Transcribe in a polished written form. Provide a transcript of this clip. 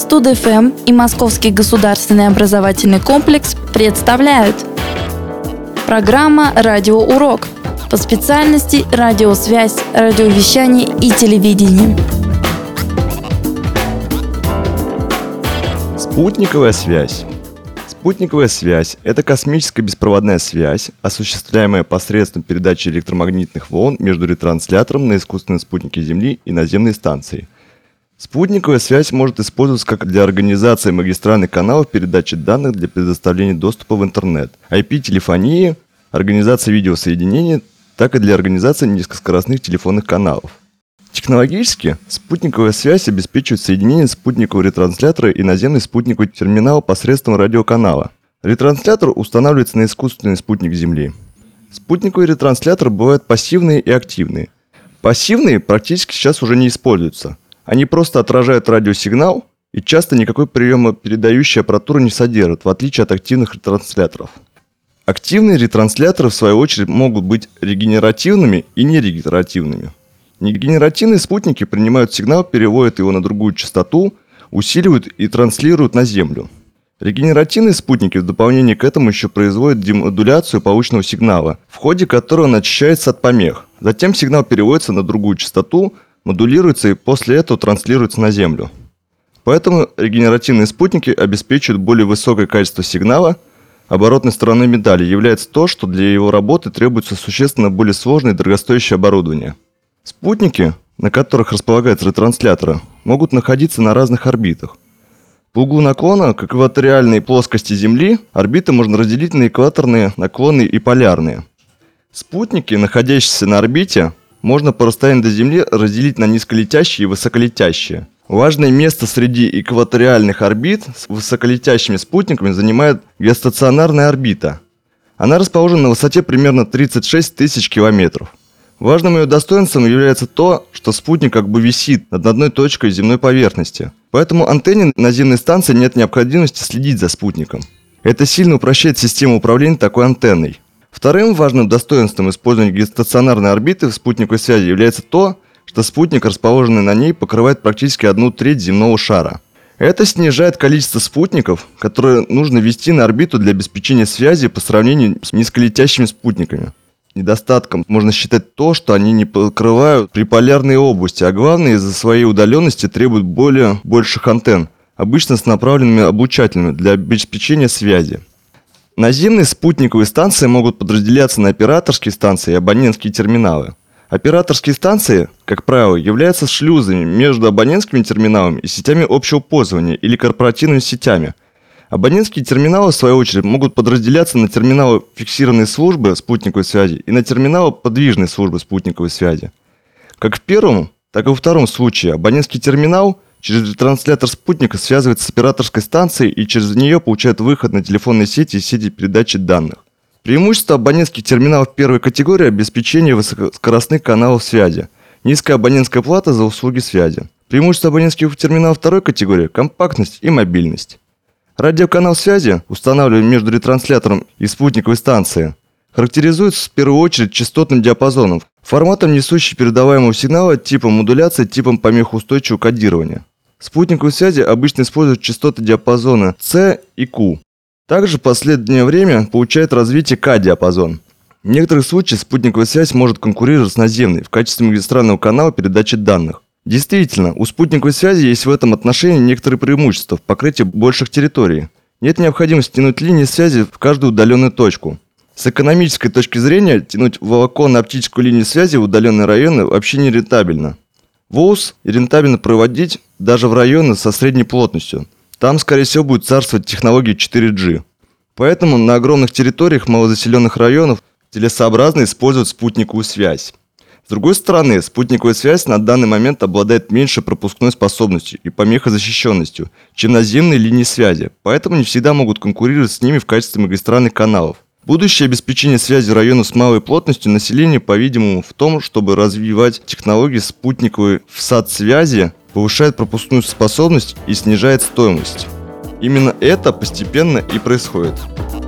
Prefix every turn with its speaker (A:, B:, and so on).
A: Студ.ФМ и Московский государственный образовательный комплекс представляют программа «Радиоурок» по специальности радиосвязь, радиовещание и телевидение.
B: Спутниковая связь. Спутниковая связь – это космическая беспроводная связь, осуществляемая посредством передачи электромагнитных волн между ретранслятором на искусственные спутники Земли и наземной станцией. Спутниковая связь может использоваться как для организации магистральных каналов передачи данных для предоставления доступа в интернет, IP-телефонии, организации видеосоединения, так и для организации низкоскоростных телефонных каналов. Технологически спутниковая связь обеспечивает соединение спутникового ретранслятора и наземный спутниковый терминал посредством радиоканала. Ретранслятор устанавливается на искусственный спутник Земли. Спутниковые ретрансляторы бывают пассивные и активные. Пассивные практически сейчас уже не используются. Они просто отражают радиосигнал и часто никакой приемопередающей аппаратуры не содержат, в отличие от активных ретрансляторов. Активные ретрансляторы, в свою очередь, могут быть регенеративными и нерегенеративными. Негенеративные спутники принимают сигнал, переводят его на другую частоту, усиливают и транслируют на Землю. Регенеративные спутники в дополнение к этому еще производят демодуляцию полученного сигнала, в ходе которого он очищается от помех. Затем сигнал переводится на другую частоту, модулируется и после этого транслируется на Землю. Поэтому регенеративные спутники обеспечивают более высокое качество сигнала. Оборотной стороной медали является то, что для его работы требуется существенно более сложное и дорогостоящее оборудование. Спутники, на которых располагаются ретрансляторы, могут находиться на разных орбитах. По углу наклона к экваториальной плоскости Земли орбиты можно разделить на экваторные, наклонные и полярные. Спутники, находящиеся на орбите, можно по расстоянию до Земли разделить на низколетящие и высоколетящие. Важное место среди экваториальных орбит с высоколетящими спутниками занимает геостационарная орбита. Она расположена на высоте примерно 36 тысяч километров. Важным ее достоинством является то, что спутник как бы висит над одной точкой земной поверхности. Поэтому антенне наземной станции нет необходимости следить за спутником. Это сильно упрощает систему управления такой антенной. Вторым важным достоинством использования геостационарной орбиты в спутниковой связи является то, что спутник, расположенный на ней, покрывает практически 1/3 земного шара. Это снижает количество спутников, которые нужно ввести на орбиту для обеспечения связи по сравнению с низколетящими спутниками. Недостатком можно считать то, что они не покрывают приполярные области, а главное, из-за своей удаленности требуют больших антенн, обычно с направленными облучателями для обеспечения связи. Наземные спутниковые станции могут подразделяться на операторские станции и абонентские терминалы. Операторские станции, как правило, являются шлюзами между абонентскими терминалами и сетями общего пользования или корпоративными сетями. Абонентские терминалы, в свою очередь, могут подразделяться на терминалы фиксированной службы спутниковой связи и на терминалы подвижной службы спутниковой связи. Как в первом, так и во втором случае абонентский терминал через ретранслятор спутника связывается с операторской станцией и через нее получает выход на телефонные сети и сети передачи данных. Преимущество абонентских терминалов первой категории – обеспечение высокоскоростных каналов связи, низкая абонентская плата за услуги связи. Преимущество абонентских терминалов второй категории – компактность и мобильность. Радиоканал связи, устанавливаемый между ретранслятором и спутниковой станцией, характеризуется в первую очередь частотным диапазоном, форматом несущий передаваемого сигнала, типом модуляции, типом помехоустойчивого кодирования. В спутниковой связи обычно используют частоты диапазона C и Q. Также в последнее время получает развитие К-диапазон. В некоторых случаях спутниковая связь может конкурировать с наземной в качестве магистрального канала передачи данных. Действительно, у спутниковой связи есть в этом отношении некоторые преимущества в покрытии больших территорий. Нет необходимости тянуть линии связи в каждую удаленную точку. С экономической точки зрения, тянуть волоконно-оптическую линию связи в удаленные районы вообще не рентабельно. ВОС рентабельно проводить даже в районы со средней плотностью. Там, скорее всего, будет царствовать технология 4G. Поэтому на огромных территориях малозаселенных районов целесообразно использовать спутниковую связь. С другой стороны, спутниковая связь на данный момент обладает меньшей пропускной способностью и помехозащищенностью, чем наземные линии связи, поэтому не всегда могут конкурировать с ними в качестве магистральных каналов. Будущее обеспечение связи районов с малой плотностью населения, по-видимому, в том, чтобы развивать технологии спутниковой всад-связи, повышает пропускную способность и снижает стоимость. Именно это постепенно и происходит.